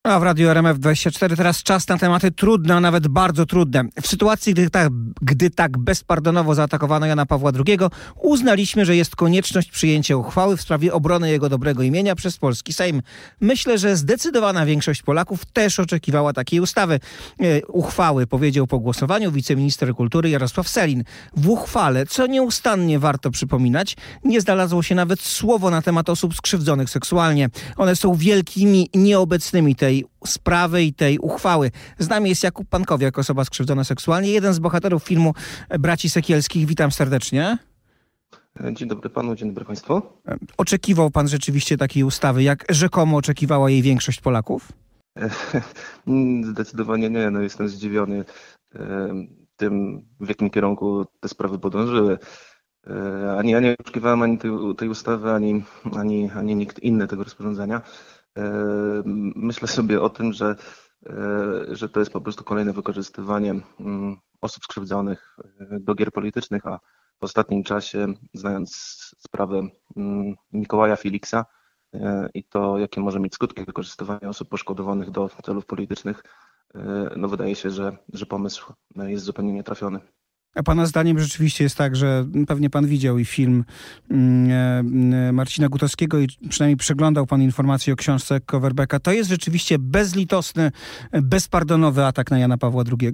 A w Radiu RMF24 teraz czas na tematy trudne, a nawet bardzo trudne. W sytuacji, gdy tak bezpardonowo zaatakowano Jana Pawła II, uznaliśmy, że jest konieczność przyjęcia uchwały w sprawie obrony jego dobrego imienia przez polski Sejm. Myślę, że zdecydowana większość Polaków też oczekiwała takiej uchwały, powiedział po głosowaniu wiceminister kultury Jarosław Sellin. W uchwale, co nieustannie warto przypominać, nie znalazło się nawet słowo na temat osób skrzywdzonych seksualnie. One są wielkimi nieobecnymi tej sprawy i tej uchwały. Z nami jest Jakub Pankowiak, osoba skrzywdzona seksualnie, jeden z bohaterów filmu Braci Sekielskich. Witam serdecznie. Dzień dobry panu, dzień dobry państwu. Oczekiwał pan rzeczywiście takiej ustawy, jak rzekomo oczekiwała jej większość Polaków? Zdecydowanie nie. Jestem zdziwiony tym, w jakim kierunku te sprawy podążyły. Ani ja nie oczekiwałem ani tej ustawy, ani nikt inny tego rozporządzenia. Myślę sobie o tym, że to jest po prostu kolejne wykorzystywanie osób skrzywdzonych do gier politycznych, a w ostatnim czasie, znając sprawę Mikołaja Feliksa i to, jakie może mieć skutki wykorzystywania osób poszkodowanych do celów politycznych, wydaje się, że pomysł jest zupełnie nietrafiony. A pana zdaniem rzeczywiście jest tak, że pewnie pan widział i film Marcina Gutowskiego i przynajmniej przeglądał pan informacje o książce Kowerbeka. To jest rzeczywiście bezlitosny, bezpardonowy atak na Jana Pawła II?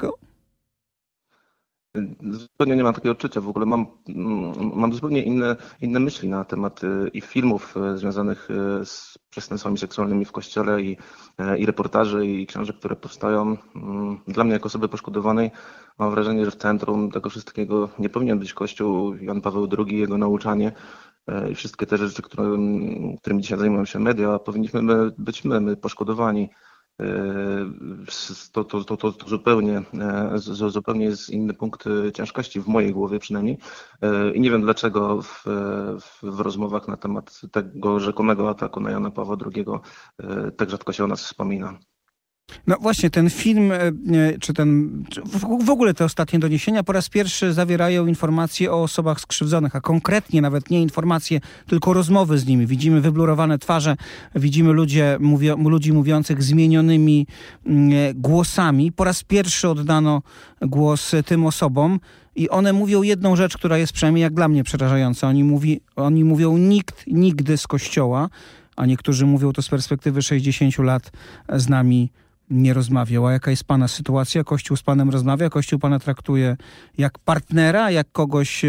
Zupełnie nie mam takiego odczucia. W ogóle mam zupełnie inne myśli na temat i filmów związanych z przestępstwami seksualnymi w Kościele i reportaży i książek, które powstają. Dla mnie jako osoby poszkodowanej mam wrażenie, że w centrum tego wszystkiego nie powinien być Kościół, Jan Paweł II, jego nauczanie i wszystkie te rzeczy, którymi dzisiaj zajmują się media, powinniśmy być my poszkodowani. To zupełnie jest inny punkt ciężkości w mojej głowie przynajmniej i nie wiem dlaczego w rozmowach na temat tego rzekomego ataku na Jana Pawła II tak rzadko się o nas wspomina. No właśnie, ten film, w ogóle te ostatnie doniesienia po raz pierwszy zawierają informacje o osobach skrzywdzonych, a konkretnie nawet nie informacje, tylko rozmowy z nimi. Widzimy wyblurowane twarze, widzimy ludzi mówiących zmienionymi głosami. Po raz pierwszy oddano głos tym osobom i one mówią jedną rzecz, która jest przynajmniej jak dla mnie przerażająca. Oni mówią nikt nigdy z Kościoła, a niektórzy mówią to z perspektywy 60 lat z nami nie rozmawiał. A jaka jest pana sytuacja? Kościół z panem rozmawia? Kościół pana traktuje jak partnera, jak kogoś,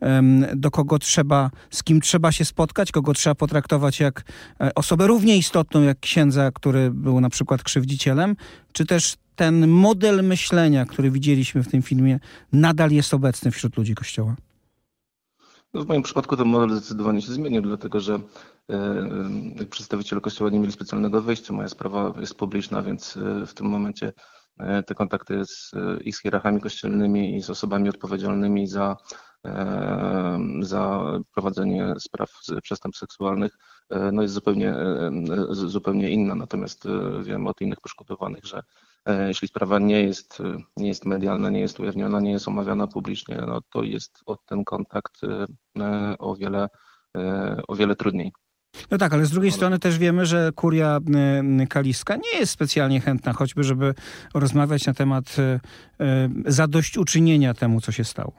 z kim trzeba się spotkać, kogo trzeba potraktować jak osobę równie istotną jak księdza, który był na przykład krzywdzicielem? Czy też ten model myślenia, który widzieliśmy w tym filmie, nadal jest obecny wśród ludzi Kościoła? W moim przypadku ten model zdecydowanie się zmienił, dlatego że przedstawiciele Kościoła nie mieli specjalnego wyjścia. Moja sprawa jest publiczna, więc w tym momencie te kontakty i z hierarchami kościelnymi, i z osobami odpowiedzialnymi za prowadzenie spraw przestępstw seksualnych jest zupełnie inna. Natomiast wiem od innych poszkodowanych, że jeśli sprawa nie jest medialna, nie jest ujawniona, nie jest omawiana publicznie, to jest ten kontakt o wiele trudniej. No tak, ale z drugiej strony też wiemy, że kuria kaliska nie jest specjalnie chętna, choćby żeby rozmawiać na temat zadośćuczynienia temu, co się stało.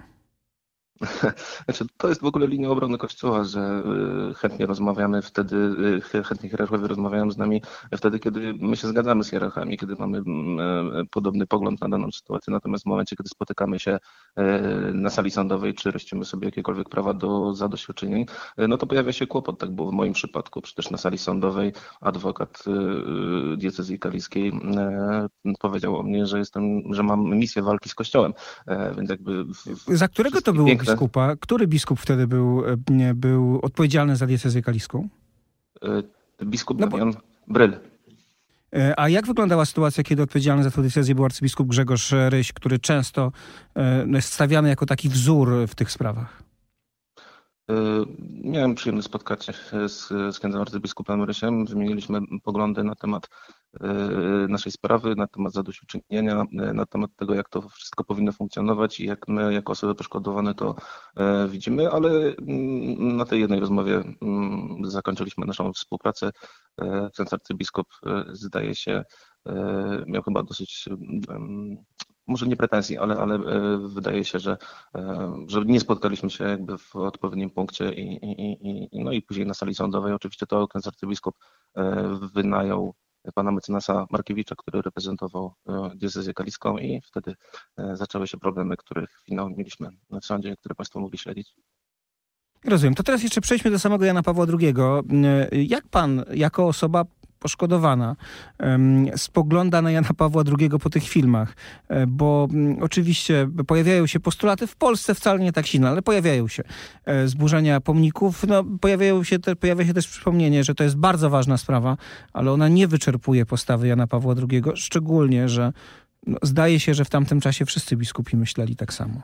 To jest w ogóle linia obrony Kościoła, że chętnie rozmawiamy wtedy, chętnie hierarchowie rozmawiają z nami wtedy, kiedy my się zgadzamy z hierarchami, kiedy mamy podobny pogląd na daną sytuację. Natomiast w momencie, kiedy spotykamy się na sali sądowej, czy rościmy sobie jakiekolwiek prawa do zadośćuczynień, to pojawia się kłopot. Tak było w moim przypadku. Przecież na sali sądowej adwokat diecezji kaliskiej powiedział o mnie, że mam misję walki z Kościołem. Więc jakby za którego to było biskupa? Który biskup wtedy był odpowiedzialny za diecezję kaliską? Biskup Damian Bryl. A jak wyglądała sytuacja, kiedy odpowiedzialny za tę diecezję był arcybiskup Grzegorz Ryś, który często jest stawiany jako taki wzór w tych sprawach? Miałem przyjemność spotkać się z księdzem arcybiskupem Rysiem. Wymieniliśmy poglądy na temat naszej sprawy, na temat zadośćuczynienia, na temat tego, jak to wszystko powinno funkcjonować i jak my, jako osoby poszkodowane, to widzimy, ale na tej jednej rozmowie zakończyliśmy naszą współpracę. Ksiądz arcybiskup, zdaje się, miał chyba dosyć, może nie pretensji, ale wydaje się, że nie spotkaliśmy się jakby w odpowiednim punkcie no i później na sali sądowej oczywiście to ksiądz arcybiskup wynajął pana mecenasa Markiewicza, który reprezentował diecezję kaliską i wtedy zaczęły się problemy, których finał mieliśmy w sądzie, które państwo mogli śledzić. Rozumiem. To teraz jeszcze przejdźmy do samego Jana Pawła II. Jak pan, jako osoba poszkodowana, spogląda na Jana Pawła II po tych filmach? Bo oczywiście pojawiają się postulaty w Polsce wcale nie tak silne, ale pojawiają się zburzenia pomników. No, pojawia się też przypomnienie, że to jest bardzo ważna sprawa, ale ona nie wyczerpuje postawy Jana Pawła II, szczególnie, że zdaje się, że w tamtym czasie wszyscy biskupi myśleli tak samo.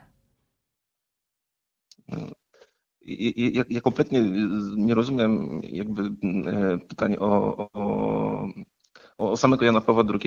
Ja kompletnie nie rozumiem jakby pytań o samego Jana Pawła II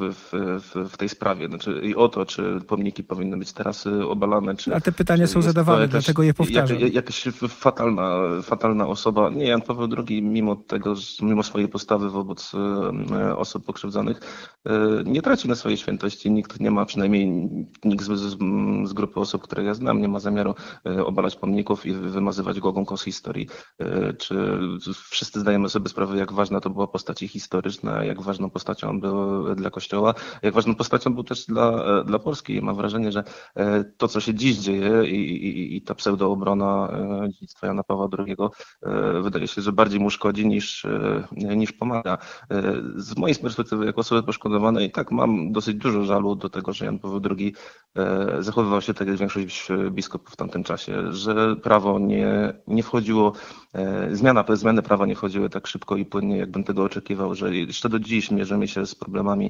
w tej sprawie. Znaczy, i o to, czy pomniki powinny być teraz obalane. A te pytania są zadawane, dlatego je powtarzam. Jakaś fatalna osoba. Nie, Jan Paweł II mimo swojej postawy wobec osób pokrzywdzonych nie traci na swojej świętości. Nikt nie ma, przynajmniej nikt z grupy osób, które ja znam, nie ma zamiaru obalać pomników i wymazywać głogą z historii. Czy wszyscy zdajemy sobie sprawę, jak ważna to była postać historyczna, jak ważną postacią był dla Kościoła, jak ważną postacią był też dla Polski. Mam wrażenie, że to, co się dziś dzieje i ta pseudoobrona dziedzictwa Jana Pawła II wydaje się, że bardziej mu szkodzi niż pomaga. Z mojej perspektywy, jako osoby poszkodowanej, tak mam dosyć dużo żalu do tego, że Jan Paweł II zachowywał się tak jak większość biskupów w tamtym czasie, że prawo nie wchodziło, zmiany prawa nie wchodziły tak szybko i płynnie, jakbym tego oczekiwał, że jeszcze do dziś mierzymy się z problemami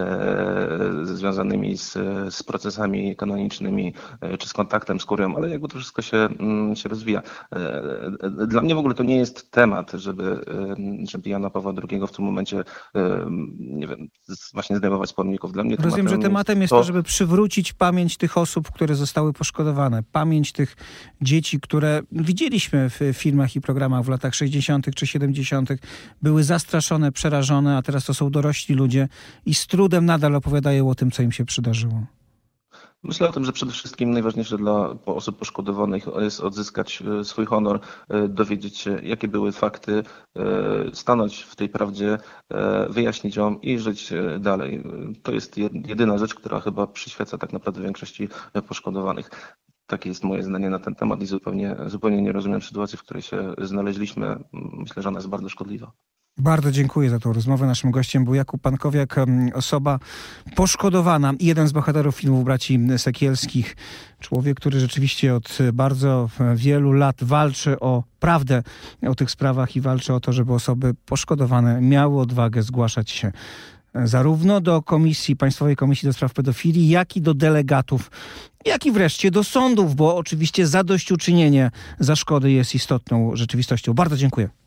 związanymi z procesami kanonicznymi, czy z kontaktem z kurią, ale jakby to wszystko się rozwija. Dla mnie w ogóle to nie jest temat, żeby Jana Pawła II w tym momencie, nie wiem, właśnie zdejmować z pomników. Dla mnie rozumiem, że tematem jest to, żeby przywrócić pamięć tych osób, które zostały poszkodowane. Pamięć tych dzieci, które widzieliśmy w filmach i programach w latach 60. czy 70. były zastraszone, przerażone, a teraz to są dorośli ludzie i z trudem nadal opowiadają o tym, co im się przydarzyło. Myślę o tym, że przede wszystkim najważniejsze dla osób poszkodowanych jest odzyskać swój honor, dowiedzieć się, jakie były fakty, stanąć w tej prawdzie, wyjaśnić ją i żyć dalej. To jest jedyna rzecz, która chyba przyświeca tak naprawdę większości poszkodowanych. Takie jest moje zdanie na ten temat i zupełnie nie rozumiem sytuacji, w której się znaleźliśmy. Myślę, że ona jest bardzo szkodliwa. Bardzo dziękuję za tą rozmowę. Naszym gościem był Jakub Pankowiak, osoba poszkodowana i jeden z bohaterów filmów braci Sekielskich. Człowiek, który rzeczywiście od bardzo wielu lat walczy o prawdę o tych sprawach i walczy o to, żeby osoby poszkodowane miały odwagę zgłaszać się zarówno do Państwowej Komisji do Spraw Pedofilii, jak i do delegatów, jak i wreszcie do sądów, bo oczywiście zadośćuczynienie za szkody jest istotną rzeczywistością. Bardzo dziękuję.